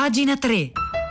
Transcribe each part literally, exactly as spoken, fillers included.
Pagina tre.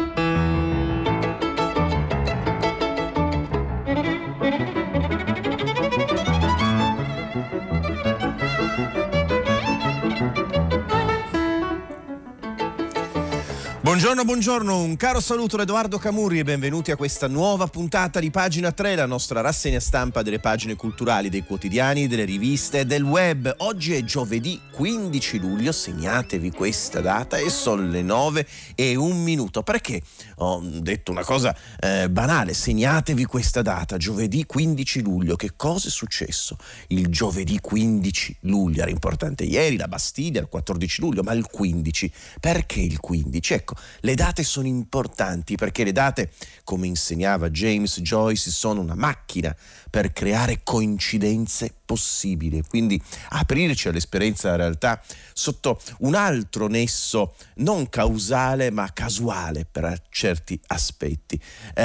Buongiorno, buongiorno, un caro saluto da Edoardo Camurri e benvenuti a questa nuova puntata di Pagina tre, la nostra rassegna stampa delle pagine culturali, dei quotidiani, delle riviste e del web. Oggi è giovedì quindici luglio, segnatevi questa data e sono le nove e un minuto. Perché ho detto una cosa eh, banale, segnatevi questa data, giovedì quindici luglio. Che cosa è successo il giovedì quindici luglio? Era importante ieri, la Bastiglia, il quattordici luglio, ma il quindici? Perché il quindici? Ecco, le date sono importanti perché le date, come insegnava James Joyce, sono una macchina per creare coincidenze possibili, quindi aprirci all'esperienza della realtà sotto un altro nesso non causale ma casuale per certi aspetti.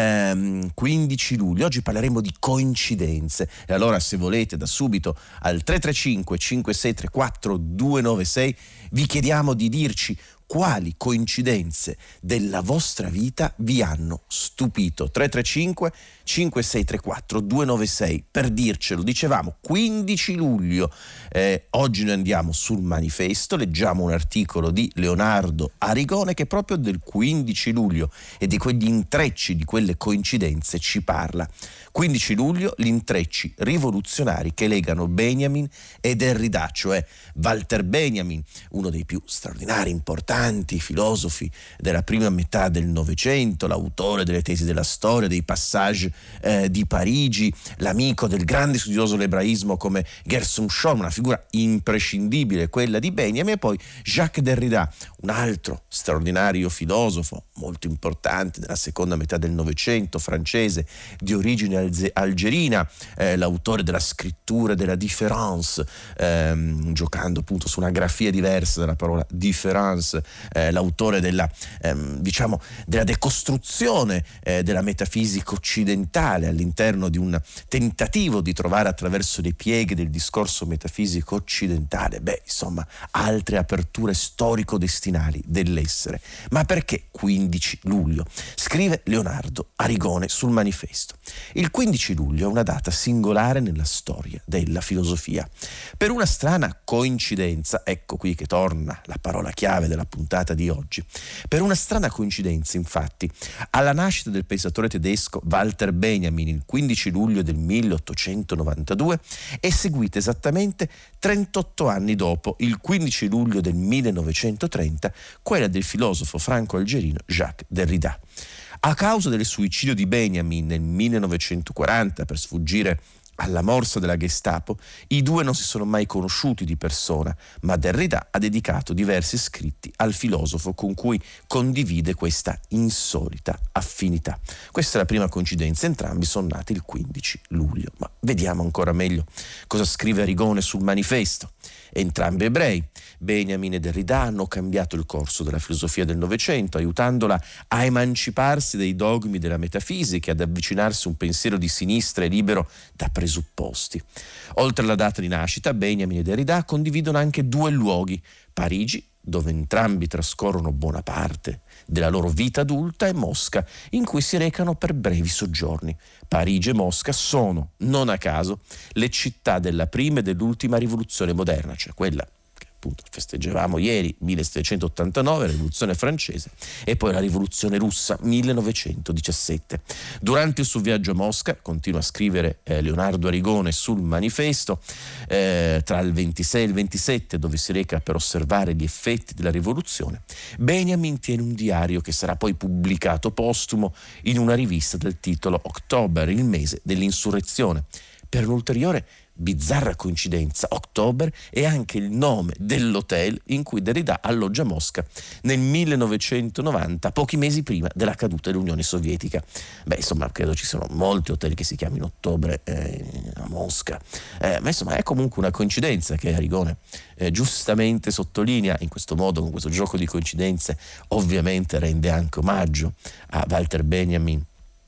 Ehm, quindici luglio, oggi parleremo di coincidenze e allora, se volete, da subito al tre tre cinque cinque sei tre quattro due nove sei vi chiediamo di dirci quali coincidenze della vostra vita vi hanno stupito. Tre tre cinque cinque sei tre quattro due nove sei per dircelo. Dicevamo quindici luglio, eh, oggi noi andiamo sul Manifesto, leggiamo un articolo di Leonardo Arigone che proprio del quindici luglio e di quegli intrecci, di quelle coincidenze ci parla. quindici luglio, gli intrecci rivoluzionari che legano Benjamin e Derrida, cioè Walter Benjamin, uno dei più straordinari, importanti filosofi della prima metà del Novecento, l'autore delle tesi della storia, dei passage eh, di Parigi, l'amico del grande studioso dell'ebraismo come Gershom Scholem, una figura imprescindibile quella di Benjamin, e poi Jacques Derrida, un altro straordinario filosofo molto importante della seconda metà del Novecento, francese, di origine alze- algerina, eh, l'autore della scrittura della différence, ehm, giocando appunto su una grafia diversa della parola différence, eh, l'autore della, ehm, diciamo, della decostruzione eh, della metafisica occidentale all'interno di un tentativo di trovare attraverso le pieghe del discorso metafisico occidentale, beh, insomma, altre aperture storico-destinali dell'essere. Ma perché quindici luglio? Scrive Leonardo Arigone sul Manifesto. Il quindici luglio è una data singolare nella storia della filosofia. Per una strana coincidenza, ecco qui che torna la parola chiave della puntata di oggi, per una strana coincidenza, infatti, alla nascita del pensatore tedesco Walter Benjamin il quindici luglio del milleottocentonovantadue è seguita esattamente trentotto anni dopo, il quindici luglio del millenovecentotrenta, quella del filosofo franco-algerino Jacques Derrida. A causa del suicidio di Benjamin nel millenovecentoquaranta per sfuggire alla morsa della Gestapo, i due non si sono mai conosciuti di persona, ma Derrida ha dedicato diversi scritti al filosofo con cui condivide questa insolita affinità. Questa è la prima coincidenza, entrambi sono nati il quindici luglio. Ma vediamo ancora meglio cosa scrive Arigone sul Manifesto. Entrambi ebrei, Benjamin e Derrida hanno cambiato il corso della filosofia del Novecento, aiutandola a emanciparsi dai dogmi della metafisica e ad avvicinarsi a un pensiero di sinistra e libero da presupposti. Oltre alla data di nascita, Benjamin e Derrida condividono anche due luoghi: Parigi, dove entrambi trascorrono buona parte della loro vita adulta, e Mosca, in cui si recano per brevi soggiorni. Parigi e Mosca sono, non a caso, le città della prima e dell'ultima rivoluzione moderna, cioè quella che appunto festeggiavamo ieri, millesettecentottantanove, la rivoluzione francese, e poi la rivoluzione russa, millenovecentodiciassette. Durante il suo viaggio a Mosca, continua a scrivere eh, Leonardo Arigone sul Manifesto, eh, tra il ventisei e il ventisette, dove si reca per osservare gli effetti della rivoluzione, Benjamin tiene un diario che sarà poi pubblicato postumo in una rivista del titolo October, il mese dell'insurrezione. Per un'ulteriore bizzarra coincidenza, October è anche il nome dell'hotel in cui Derrida alloggia a Mosca nel millenovecentonovanta, pochi mesi prima della caduta dell'Unione Sovietica. Beh, insomma, credo ci siano molti hotel che si chiamino Ottobre eh, a Mosca, eh, ma insomma è comunque una coincidenza che Arigone eh, giustamente sottolinea. In questo modo, con questo gioco di coincidenze, ovviamente rende anche omaggio a Walter Benjamin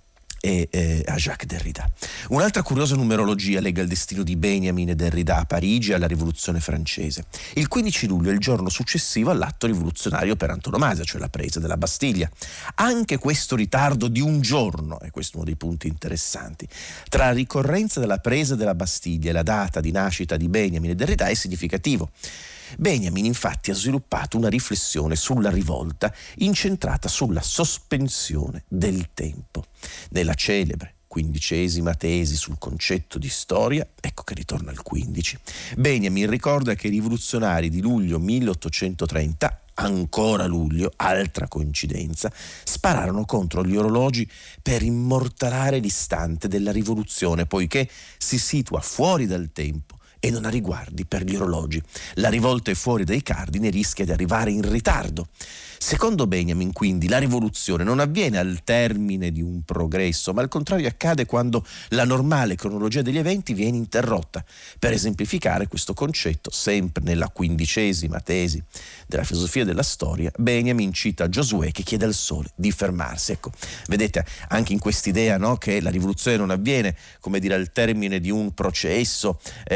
e eh, a Jacques Derrida. Un'altra curiosa numerologia lega il destino di Benjamin e Derrida a Parigi e alla rivoluzione francese. Il quindici luglio è il giorno successivo all'atto rivoluzionario per antonomasia, cioè la presa della Bastiglia. Anche questo ritardo di un giorno, e questo è uno dei punti interessanti, tra la ricorrenza della presa della Bastiglia e la data di nascita di Benjamin e Derrida è significativo. Benjamin infatti ha sviluppato una riflessione sulla rivolta incentrata sulla sospensione del tempo. Nella celebre quindicesima tesi sul concetto di storia, ecco che ritorna al quindici, Benjamin ricorda che i rivoluzionari di luglio milleottocentotrenta, ancora luglio, altra coincidenza, spararono contro gli orologi per immortalare l'istante della rivoluzione, poiché si situa fuori dal tempo e non ha riguardi per gli orologi. La rivolta è fuori dai cardini e rischia di arrivare in ritardo. Secondo Benjamin, quindi, la rivoluzione non avviene al termine di un progresso, ma al contrario accade quando la normale cronologia degli eventi viene interrotta. Per esemplificare questo concetto, sempre nella quindicesima tesi della filosofia della storia, Benjamin cita Giosuè che chiede al sole di fermarsi. Ecco, vedete anche in quest'idea, no, che la rivoluzione non avviene, come dire, al termine di un processo,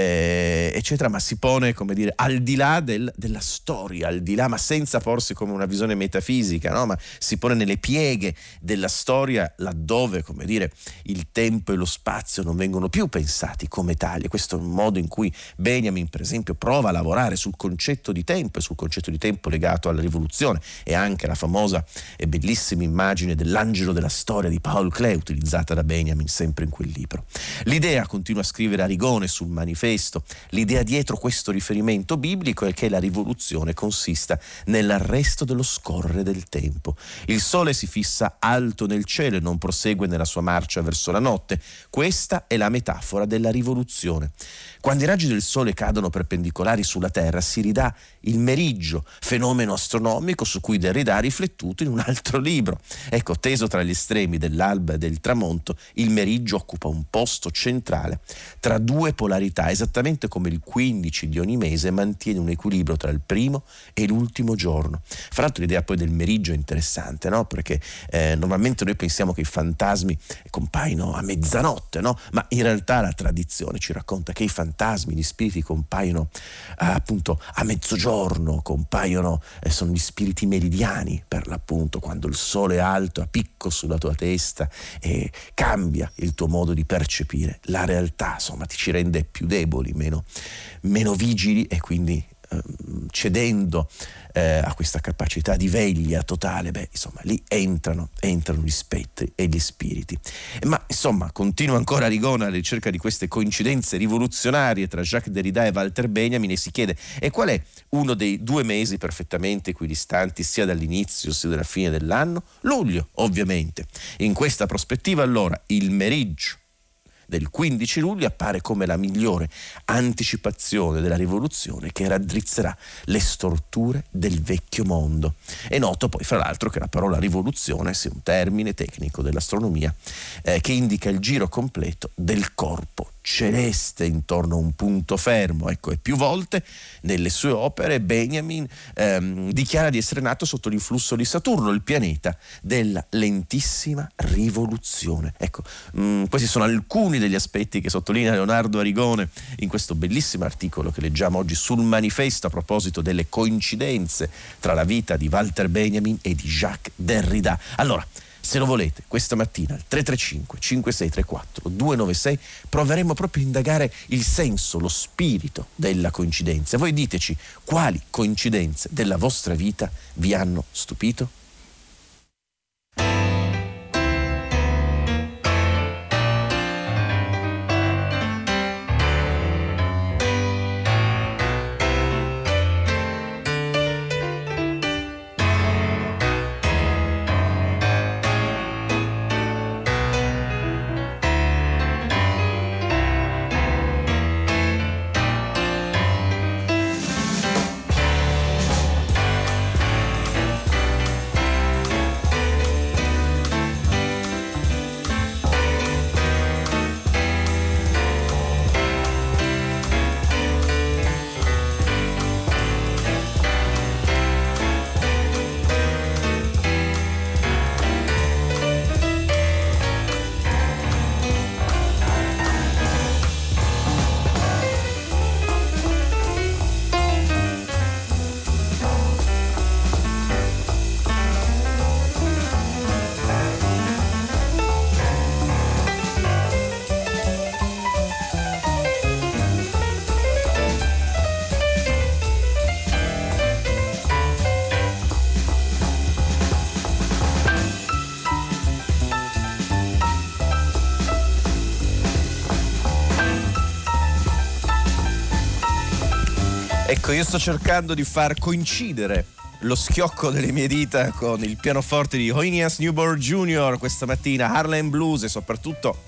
eh, eccetera, ma si pone, come dire, al di là del, della storia, al di là, ma senza porsi come una visione metafisica, no? Ma si pone nelle pieghe della storia, laddove, come dire, il tempo e lo spazio non vengono più pensati come tali. Questo è un modo in cui Benjamin, per esempio, prova a lavorare sul concetto di tempo e sul concetto di tempo legato alla rivoluzione, e anche la famosa e bellissima immagine dell'angelo della storia di Paul Klee, utilizzata da Benjamin sempre in quel libro. L'idea, continua a scrivere Arrigone sul manifesto, l'idea dietro questo riferimento biblico è che la rivoluzione consista nell'arresto dello scorrere del tempo. Il sole si fissa alto nel cielo e non prosegue nella sua marcia verso la notte. Questa è la metafora della rivoluzione. Quando i raggi del sole cadono perpendicolari sulla terra si ridà il meriggio, fenomeno astronomico su cui Derrida ha riflettuto in un altro libro. Ecco, teso tra gli estremi dell'alba e del tramonto, il meriggio occupa un posto centrale tra due polarità, esattamente come il quindici di ogni mese mantiene un equilibrio tra il primo e l'ultimo giorno. Fra l'altro l'idea poi del meriggio è interessante, no? Perché eh, normalmente noi pensiamo che i fantasmi compaiono a mezzanotte, no? Ma in realtà la tradizione ci racconta che i fantasmi, gli spiriti compaiono eh, appunto a mezzogiorno, compaiono, eh, sono gli spiriti meridiani per l'appunto, quando il sole è alto a picco sulla tua testa e cambia il tuo modo di percepire la realtà, insomma ti ci rende più deboli, meno, meno vigili e quindi cedendo eh, a questa capacità di veglia totale, beh, insomma, lì entrano, entrano gli spettri e gli spiriti. Ma, insomma, continua ancora Arrigone alla ricerca di queste coincidenze rivoluzionarie tra Jacques Derrida e Walter Benjamin e si chiede: e qual è uno dei due mesi perfettamente equidistanti sia dall'inizio sia dalla fine dell'anno? Luglio, ovviamente. In questa prospettiva, allora, il meriggio del quindici luglio appare come la migliore anticipazione della rivoluzione che raddrizzerà le storture del vecchio mondo. È noto poi, fra l'altro, che la parola rivoluzione sia un termine tecnico dell'astronomia eh, che indica il giro completo del corpo celeste intorno a un punto fermo. Ecco, e più volte nelle sue opere Benjamin ehm, dichiara di essere nato sotto l'influsso di Saturno, il pianeta della lentissima rivoluzione. Ecco, mh, questi sono alcuni degli aspetti che sottolinea Leonardo Arrigone in questo bellissimo articolo che leggiamo oggi sul manifesto a proposito delle coincidenze tra la vita di Walter Benjamin e di Jacques Derrida. Allora, se lo volete, questa mattina al tre tre cinque cinque sei tre quattro due nove sei proveremo proprio a indagare il senso, lo spirito della coincidenza. Voi diteci quali coincidenze della vostra vita vi hanno stupito? Ecco, io sto cercando di far coincidere lo schiocco delle mie dita con il pianoforte di Hoynias Newborn Junior questa mattina, Harlem Blues, e soprattutto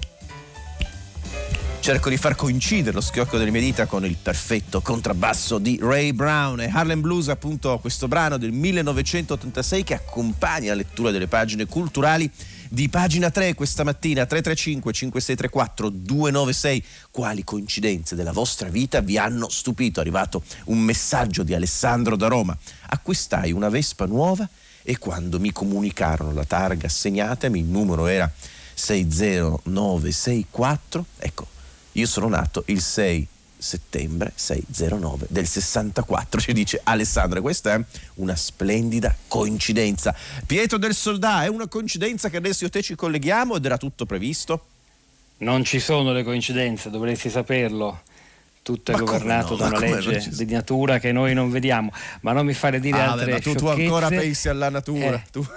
cerco di far coincidere lo schiocco delle mie dita con il perfetto contrabbasso di Ray Brown. E Harlem Blues, appunto, questo brano del millenovecentottantasei che accompagna la lettura delle pagine culturali di Pagina tre questa mattina. Tre tre cinque cinque sei tre quattro due nove sei. Quali coincidenze della vostra vita vi hanno stupito? È arrivato un messaggio di Alessandro da Roma: acquistai una Vespa nuova e quando mi comunicarono la targa assegnatami, il numero era sei zero nove sei quattro. Ecco, io sono nato il sei settembre sei zero nove del sessantaquattro, ci dice Alessandra. Questa è una splendida coincidenza. Pietro del Soldà, è una coincidenza che adesso io e te ci colleghiamo ed era tutto previsto? Non ci sono le coincidenze, dovresti saperlo. Tutto è Ma governato no? da una legge di natura che noi non vediamo. Ma non mi fare dire ah, altre beh, ma tu, sciocchezze. Tu ancora pensi alla natura? Eh. Tu...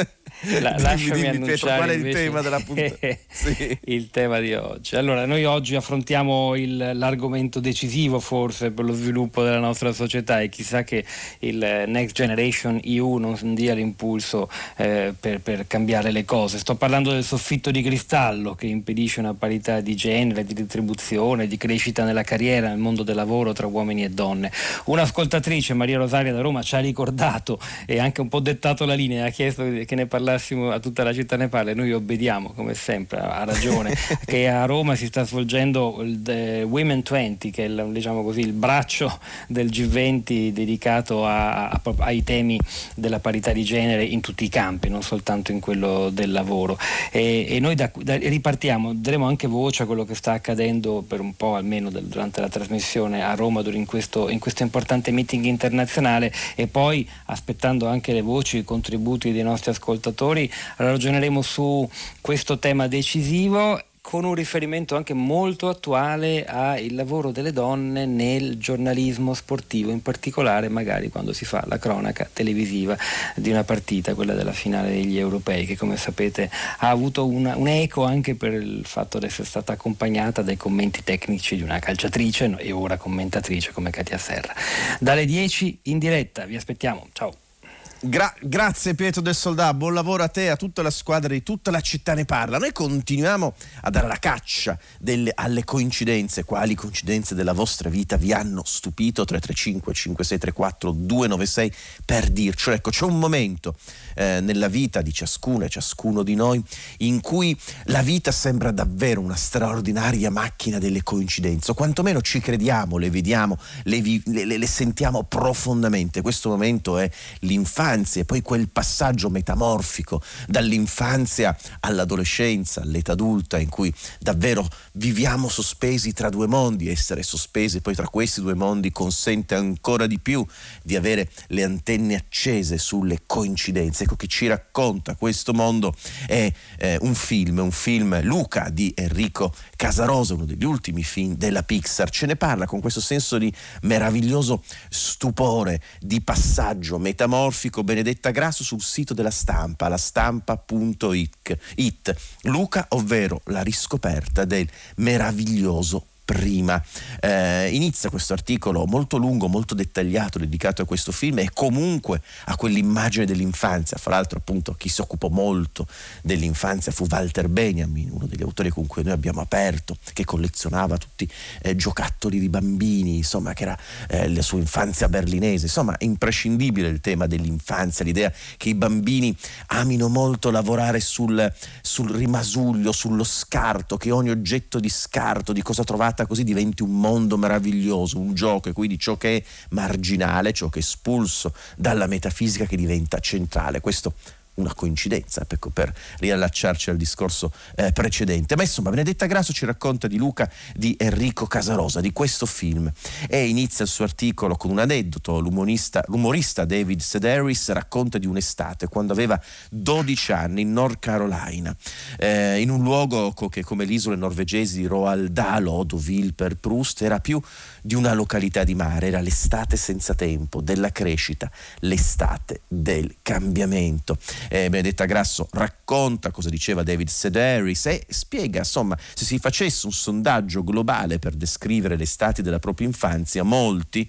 La, dimmi, lasciami dimmi, Pietro, qual è il invece tema della puntata? Sì. Il tema di oggi. Allora, noi oggi affrontiamo il, l'argomento decisivo forse per lo sviluppo della nostra società, e chissà che il Next Generation E U non dia l'impulso eh, per, per cambiare le cose. Sto parlando del soffitto di cristallo che impedisce una parità di genere, di retribuzione, di crescita nella carriera, nel mondo del lavoro tra uomini e donne. Un'ascoltatrice, Maria Rosaria da Roma, ci ha ricordato e anche un po' dettato la linea, ha chiesto che ne parlassimo a tutta la città ne parla, e noi obbediamo come sempre, ha ragione, che a Roma si sta svolgendo il Women venti, che è il, diciamo così, il braccio del G venti dedicato a, a, ai temi della parità di genere in tutti i campi, non soltanto in quello del lavoro, e, e noi da, da, ripartiamo, daremo anche voce a quello che sta accadendo per un po', almeno del, durante la trasmissione a Roma in questo, in questo importante meeting internazionale, e poi aspettando anche le voci, i contributi dei nostri ascoltatori, ragioneremo su questo tema decisivo con un riferimento anche molto attuale al lavoro delle donne nel giornalismo sportivo, in particolare magari quando si fa la cronaca televisiva di una partita, quella della finale degli europei, che come sapete ha avuto una, un eco anche per il fatto di essere stata accompagnata dai commenti tecnici di una calciatrice e ora commentatrice come Katia Serra. Dalle dieci in diretta, vi aspettiamo, ciao. Gra- grazie Pietro del Soldà, buon lavoro a te, a tutta la squadra di Tutta la città ne parla. Noi continuiamo a dare la caccia delle, alle coincidenze. Quali coincidenze della vostra vita vi hanno stupito? Tre tre cinque cinque sei tre quattro due nove sei per dircelo. Ecco, c'è un momento eh, nella vita di ciascuno e ciascuno di noi in cui la vita sembra davvero una straordinaria macchina delle coincidenze, o quantomeno ci crediamo, le vediamo, le, vi- le, le sentiamo profondamente. Questo momento è l'infanzia, e poi quel passaggio metamorfico dall'infanzia all'adolescenza, all'età adulta, in cui davvero viviamo sospesi tra due mondi. Essere sospesi poi tra questi due mondi consente ancora di più di avere le antenne accese sulle coincidenze. Ecco, chi ci racconta questo mondo è eh, un film, un film Luca di Enrico Casarosa, uno degli ultimi film della Pixar. Ce ne parla con questo senso di meraviglioso stupore, di passaggio metamorfico, Benedetta Grasso sul sito della Stampa, la stampa punto it. Luca, ovvero la riscoperta del meraviglioso prima. Eh, inizia questo articolo molto lungo, molto dettagliato, dedicato a questo film e comunque a quell'immagine dell'infanzia. Fra l'altro, appunto, chi si occupò molto dell'infanzia fu Walter Benjamin, uno degli autori con cui noi abbiamo aperto, che collezionava tutti eh, giocattoli di bambini, insomma, che era eh, la sua infanzia berlinese. Insomma, è imprescindibile il tema dell'infanzia, l'idea che i bambini amino molto lavorare sul, sul rimasuglio, sullo scarto, che ogni oggetto di scarto, di cosa trovata così, diventi un mondo meraviglioso, un gioco, e quindi ciò che è marginale, ciò che è espulso dalla metafisica, che diventa centrale. Questo una coincidenza, ecco, per riallacciarci al discorso eh, precedente. Ma insomma, Benedetta Grasso ci racconta di Luca di Enrico Casarosa, di questo film, e inizia il suo articolo con un aneddoto. L'umorista, l'umorista David Sedaris racconta di un'estate quando aveva dodici anni in North Carolina, eh, in un luogo co- che come le isole norvegesi di Roald Dahl o Deauville per Proust era più di una località di mare, era l'estate senza tempo, della crescita, l'estate del cambiamento. Eh, Benedetta Grasso racconta cosa diceva David Sedaris e spiega, insomma, se si facesse un sondaggio globale per descrivere le estati della propria infanzia, molti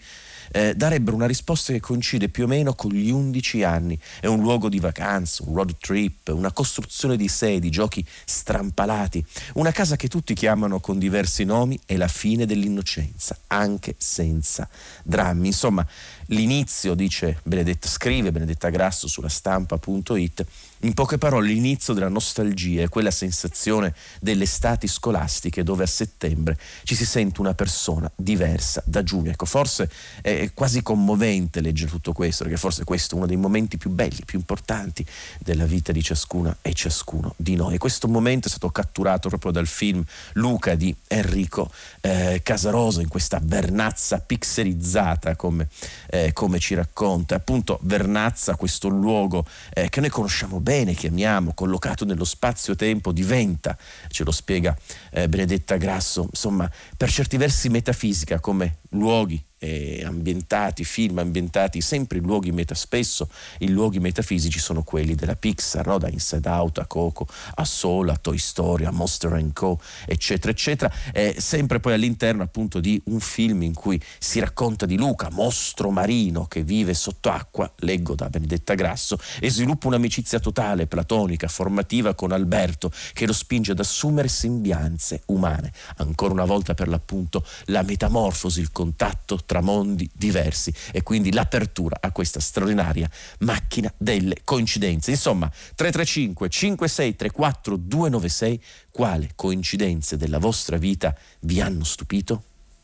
eh, darebbero una risposta che coincide più o meno con gli undici anni. È un luogo di vacanza, un road trip, una costruzione di sedi, giochi strampalati, una casa che tutti chiamano con diversi nomi e la fine dell'innocenza, anche senza drammi. Insomma, l'inizio, dice Benedetta, scrive Benedetta Grasso sulla stampa punto it, in poche parole l'inizio della nostalgia è quella sensazione delle estati scolastiche dove a settembre ci si sente una persona diversa da giugno. Ecco, forse è quasi commovente leggere tutto questo, perché forse questo è uno dei momenti più belli, più importanti della vita di ciascuna e ciascuno di noi. E questo momento è stato catturato proprio dal film Luca di Enrico eh, Casaroso, in questa Vernazza pixelizzata, come, eh, come ci racconta. Appunto Vernazza, questo luogo eh, che noi conosciamo bene, che amiamo, collocato nello spazio-tempo, diventa, ce lo spiega eh, Benedetta Grasso, insomma, per certi versi metafisica, come luoghi eh, ambientati, film ambientati sempre in luoghi meta. Spesso i luoghi metafisici sono quelli della Pixar, no? Da Inside Out a Coco, a Soul, a Toy Story, a Monster and Co, eccetera eccetera, eh, sempre poi all'interno appunto di un film in cui si racconta di Luca, mostro marino che vive sott'acqua, leggo da Benedetta Grasso, e sviluppa un'amicizia totale, platonica, formativa con Alberto, che lo spinge ad assumere sembianze umane. Ancora una volta, per l'appunto, la metamorfosi, il contatto tra mondi diversi e quindi l'apertura a questa straordinaria macchina delle coincidenze. Insomma, tre tre cinque cinque sei tre quattro due nove sei, quale coincidenze della vostra vita vi hanno stupito?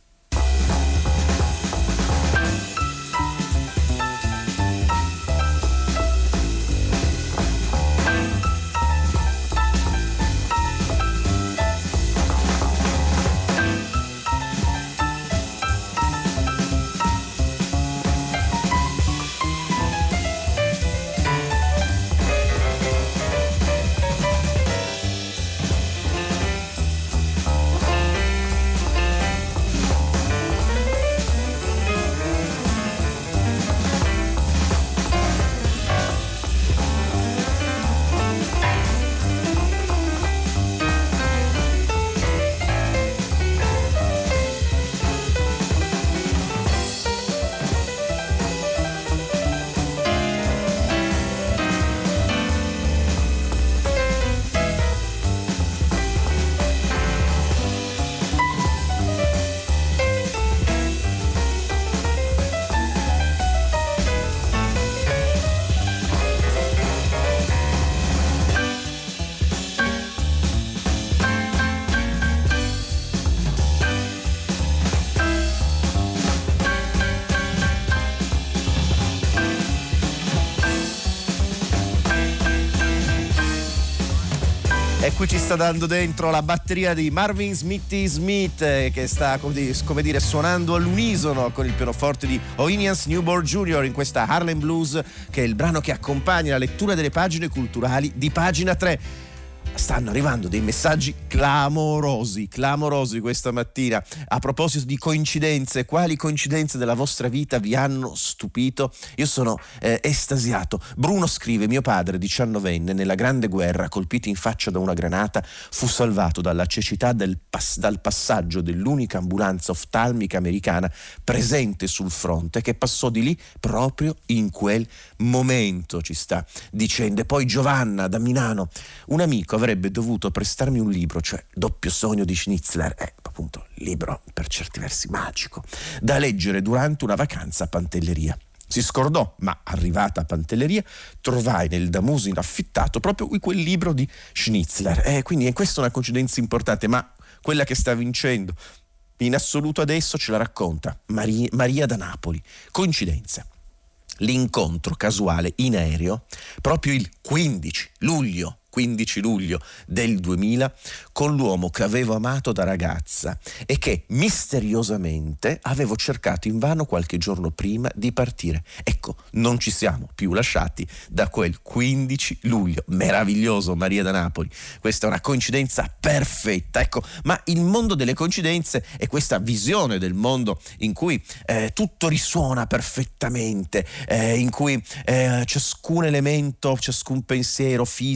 E qui ci sta dando dentro la batteria di Marvin Smithy Smith, eh, che sta, come dire, suonando all'unisono con il pianoforte di Oinians Newborn Junior in questa Harlem Blues, che è il brano che accompagna la lettura delle pagine culturali di Pagina tre. Stanno arrivando dei messaggi clamorosi, clamorosi questa mattina. A proposito di coincidenze, quali coincidenze della vostra vita vi hanno stupito? Io sono eh, estasiato. Bruno scrive: mio padre, diciannovenne, nella Grande Guerra, colpito in faccia da una granata, fu salvato dalla cecità del pass- dal passaggio dell'unica ambulanza oftalmica americana presente sul fronte, che passò di lì proprio in quel momento, ci sta dicendo. E poi Giovanna da Milano: un amico avrebbe dovuto prestarmi un libro, cioè Doppio sogno di Schnitzler, è appunto libro per certi versi magico, da leggere durante una vacanza a Pantelleria. Si scordò, ma arrivata a Pantelleria trovai nel Damusino affittato proprio quel libro di Schnitzler. E quindi questa è una coincidenza importante, ma quella che sta vincendo in assoluto adesso ce la racconta Maria, Maria da Napoli. Coincidenza: l'incontro casuale in aereo proprio il quindici luglio quindici luglio del duemila con l'uomo che avevo amato da ragazza e che misteriosamente avevo cercato invano qualche giorno prima di partire. Ecco, non ci siamo più lasciati da quel quindici luglio. Meraviglioso, Maria da Napoli. Questa è una coincidenza perfetta. Ecco, ma il mondo delle coincidenze è questa visione del mondo in cui eh, tutto risuona perfettamente, eh, in cui eh, ciascun elemento, ciascun pensiero fisico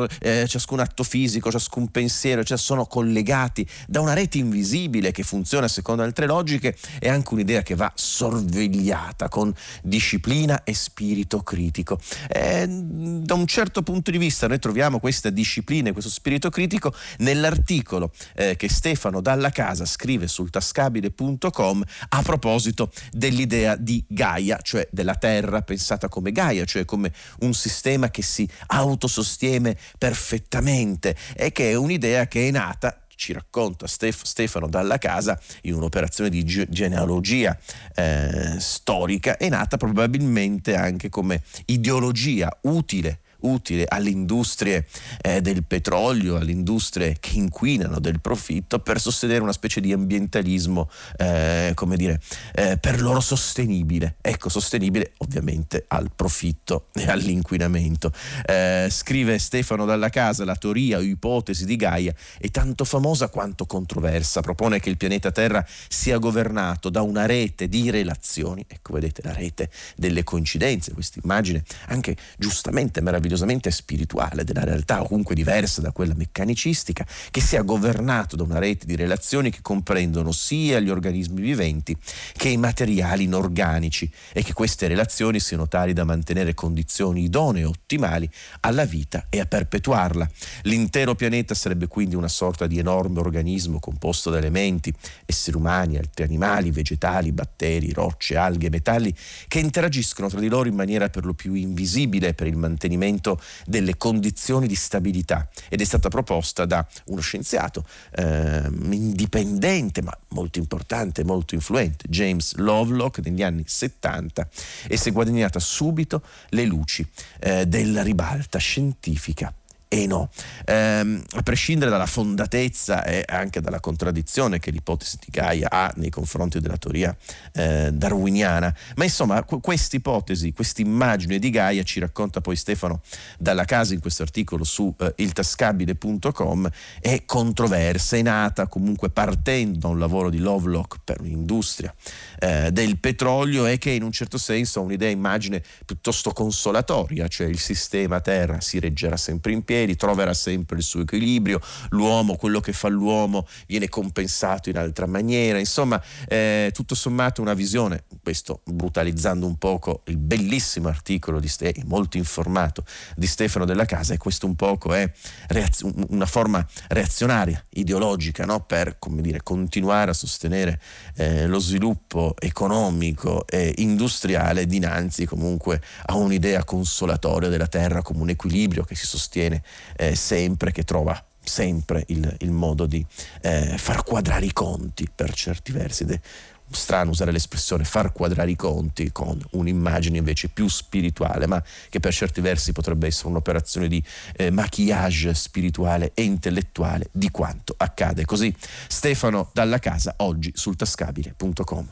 ciascuno, eh, ciascun atto fisico, ciascun pensiero, cioè sono collegati da una rete invisibile che funziona secondo altre logiche. È anche un'idea che va sorvegliata con disciplina e spirito critico. Eh, da un certo punto di vista noi troviamo questa disciplina e questo spirito critico nell'articolo eh, che Stefano Dalla Casa scrive sul tascabile punto com a proposito dell'idea di Gaia, cioè della Terra pensata come Gaia, cioè come un sistema che si autosostiene perfettamente, e che è un'idea che è nata, ci racconta Stef- Stefano Dalla Casa, in un'operazione di ge- genealogia eh, storica, è nata probabilmente anche come ideologia utile utile alle industrie eh, del petrolio, alle industrie che inquinano del profitto, per sostenere una specie di ambientalismo eh, come dire eh, per loro sostenibile, ecco, sostenibile ovviamente al profitto e all'inquinamento. Eh, scrive Stefano Dalla Casa: la teoria o ipotesi di Gaia è tanto famosa quanto controversa, propone che il pianeta Terra sia governato da una rete di relazioni, ecco, vedete, la rete delle coincidenze, questa immagine anche giustamente meravigliosa spirituale della realtà, o comunque diversa da quella meccanicistica, che sia governato da una rete di relazioni che comprendono sia gli organismi viventi che i materiali inorganici, e che queste relazioni siano tali da mantenere condizioni idonee e ottimali alla vita e a perpetuarla. L'intero pianeta sarebbe quindi una sorta di enorme organismo composto da elementi, esseri umani, altri animali, vegetali, batteri, rocce, alghe, metalli, che interagiscono tra di loro in maniera per lo più invisibile per il mantenimento delle condizioni di stabilità, ed è stata proposta da uno scienziato eh, indipendente ma molto importante, molto influente, James Lovelock, negli anni settanta, e si è guadagnata subito le luci eh, della ribalta scientifica. E no, ehm, a prescindere dalla fondatezza e anche dalla contraddizione che l'ipotesi di Gaia ha nei confronti della teoria eh, darwiniana, ma insomma questa ipotesi, questa immagine di Gaia, ci racconta poi Stefano Dalla Casa in questo articolo su eh, il tascabile punto com, è controversa, è nata comunque partendo da un lavoro di Lovelock per un'industria eh, del petrolio, e che in un certo senso ha un'idea, immagine piuttosto consolatoria, cioè il sistema Terra si reggerà sempre in piedi, troverà sempre il suo equilibrio, l'uomo, quello che fa l'uomo viene compensato in altra maniera, insomma eh, tutto sommato una visione, questo brutalizzando un poco il bellissimo articolo di Ste- molto informato di Stefano Dalla Casa, e questo un poco è reaz- una forma reazionaria, ideologica, no? Per, come dire, continuare a sostenere eh, lo sviluppo economico e industriale dinanzi comunque a un'idea consolatoria della Terra come un equilibrio che si sostiene Eh, sempre, che trova sempre il, il modo di eh, far quadrare i conti, per certi versi. Ed è strano usare l'espressione far quadrare i conti con un'immagine invece più spirituale, ma che per certi versi potrebbe essere un'operazione di eh, maquillage spirituale e intellettuale di quanto accade. Così Stefano Dalla Casa oggi sul tascabile punto com.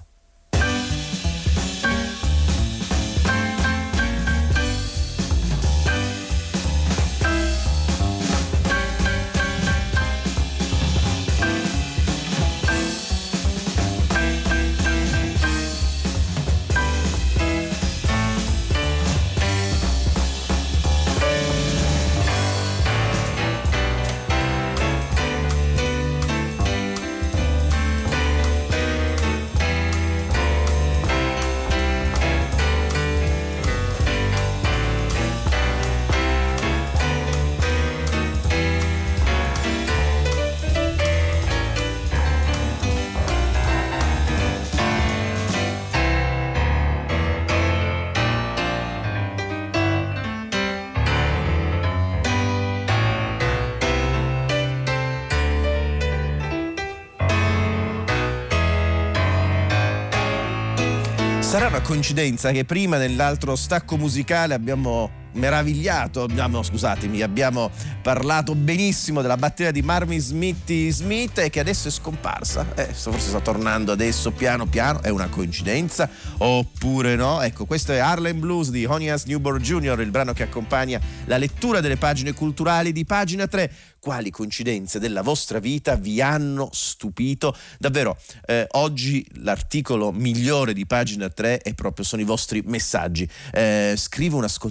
Sarà una coincidenza che prima nell'altro stacco musicale abbiamo meravigliato, abbiamo, scusatemi, abbiamo parlato benissimo della batteria di Marvin Smithy Smith, e che adesso è scomparsa. Eh, forse sta tornando adesso piano piano. È una coincidenza oppure no? Ecco, questo è Harlem Blues di Honias Newborn Junior, il brano che accompagna la lettura delle pagine culturali di Pagina tre. Quali coincidenze della vostra vita vi hanno stupito? Davvero, eh, oggi l'articolo migliore di Pagina tre è proprio, sono i vostri messaggi. Eh, scrive un'ascoltatrice, un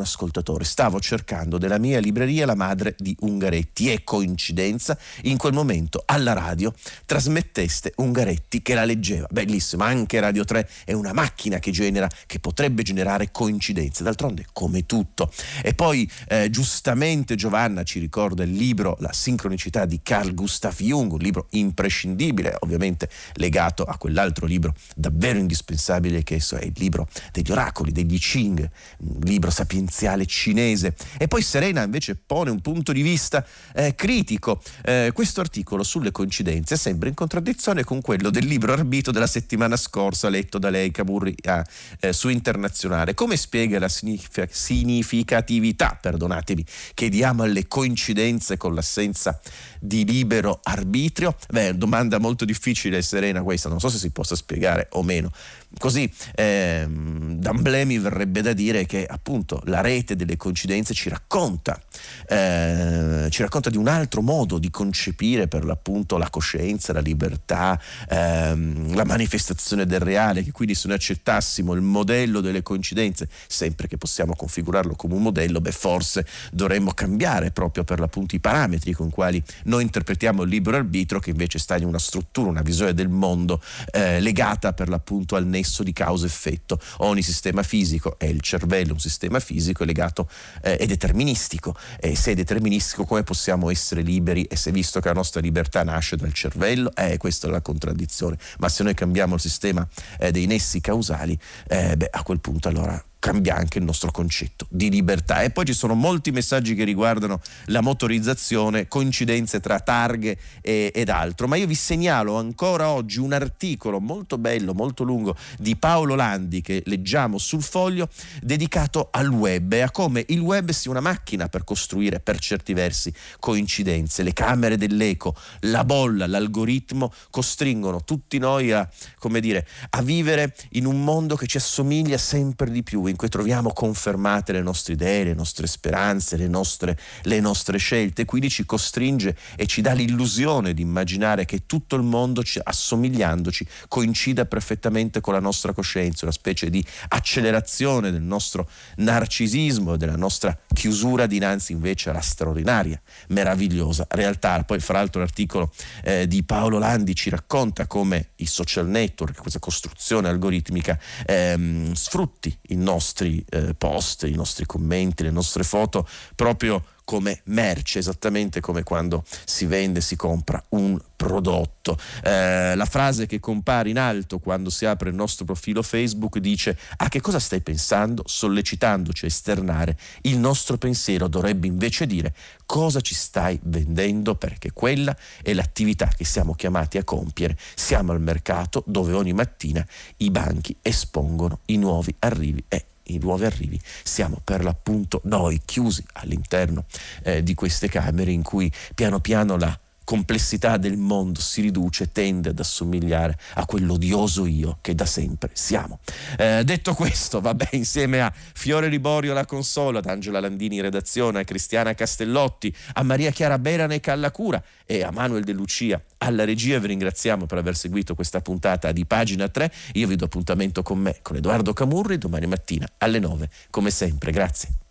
ascoltatore, stavo cercando della mia libreria La madre di Ungaretti e coincidenza in quel momento alla radio trasmetteste Ungaretti che la leggeva. Bellissimo, anche Radio tre è una macchina che genera, che potrebbe generare coincidenze, d'altronde come tutto. E poi eh, giustamente Giovanna ci ricorda il libro La sincronicità di Carl Gustav Jung, un libro imprescindibile, ovviamente legato a quell'altro libro davvero indispensabile che è il libro degli oracoli, degli Qing, un libro sapienziale cinese. E poi Serena invece pone un punto di vista eh, critico. Eh, questo articolo sulle coincidenze sembra in contraddizione con quello del libro Arbitro della settimana scorsa letto da lei, Camurri, ah, eh, su Internazionale. Come spiega la signific- significatività, perdonatemi, che diamo alle coincidenze con l'assenza di libero arbitrio? Beh, domanda molto difficile, Serena, questa, non so se si possa spiegare o meno. Così ehm, d'amblè mi verrebbe da dire che appunto la rete delle coincidenze ci racconta eh, ci racconta di un altro modo di concepire per l'appunto la coscienza, la libertà, ehm, la manifestazione del reale, che quindi se noi accettassimo il modello delle coincidenze, sempre che possiamo configurarlo come un modello, beh forse dovremmo cambiare proprio per l'appunto i parametri con quali noi interpretiamo il libero arbitrio, che invece sta in una struttura, una visione del mondo eh, legata per l'appunto al nesso di causa-effetto. Ogni sistema fisico, è il cervello un sistema fisico, è legato, eh, è deterministico, e se è deterministico come possiamo essere liberi? E se, visto che la nostra libertà nasce dal cervello, eh, questa è la contraddizione. Ma se noi cambiamo il sistema eh, dei nessi causali, eh, beh, a quel punto allora cambia anche il nostro concetto di libertà. E poi ci sono molti messaggi che riguardano la motorizzazione, coincidenze tra targhe e, ed altro, ma io vi segnalo ancora oggi un articolo molto bello, molto lungo di Paolo Landi che leggiamo sul Foglio, dedicato al web e a come il web sia una macchina per costruire per certi versi coincidenze. Le camere dell'eco, la bolla, l'algoritmo costringono tutti noi a, come dire, a vivere in un mondo che ci assomiglia sempre di più, in cui troviamo confermate le nostre idee, le nostre speranze, le nostre, le nostre scelte. Quindi ci costringe e ci dà l'illusione di immaginare che tutto il mondo, ci, assomigliandoci, coincida perfettamente con la nostra coscienza, una specie di accelerazione del nostro narcisismo e della nostra chiusura dinanzi invece alla straordinaria, meravigliosa realtà. Poi fra l'altro l'articolo eh, di Paolo Landi ci racconta come i social network, questa costruzione algoritmica, ehm, sfrutti i nostri eh, post, i nostri commenti, le nostre foto proprio come merce, esattamente come quando si vende, si compra un prodotto. Eh, la frase che compare in alto quando si apre il nostro profilo Facebook dice: a che cosa stai pensando? Sollecitandoci a esternare il nostro pensiero. Dovrebbe invece dire: cosa ci stai vendendo? Perché quella è l'attività che siamo chiamati a compiere. Siamo al mercato dove ogni mattina i banchi espongono i nuovi arrivi e i nuovi arrivi siamo per l'appunto noi, chiusi all'interno eh, di queste camere in cui piano piano la complessità del mondo si riduce, tende ad assomigliare a quell'odioso io che da sempre siamo. Eh, detto questo, vabbè, insieme a Fiore Liborio alla console, ad Angela Landini in redazione, a Cristiana Castellotti, a Maria Chiara Beranec alla cura e a Manuel De Lucia alla regia, vi ringraziamo per aver seguito questa puntata di Pagina tre. Io vi do appuntamento con me, con Edoardo Camurri, domani mattina alle nove, come sempre. Grazie.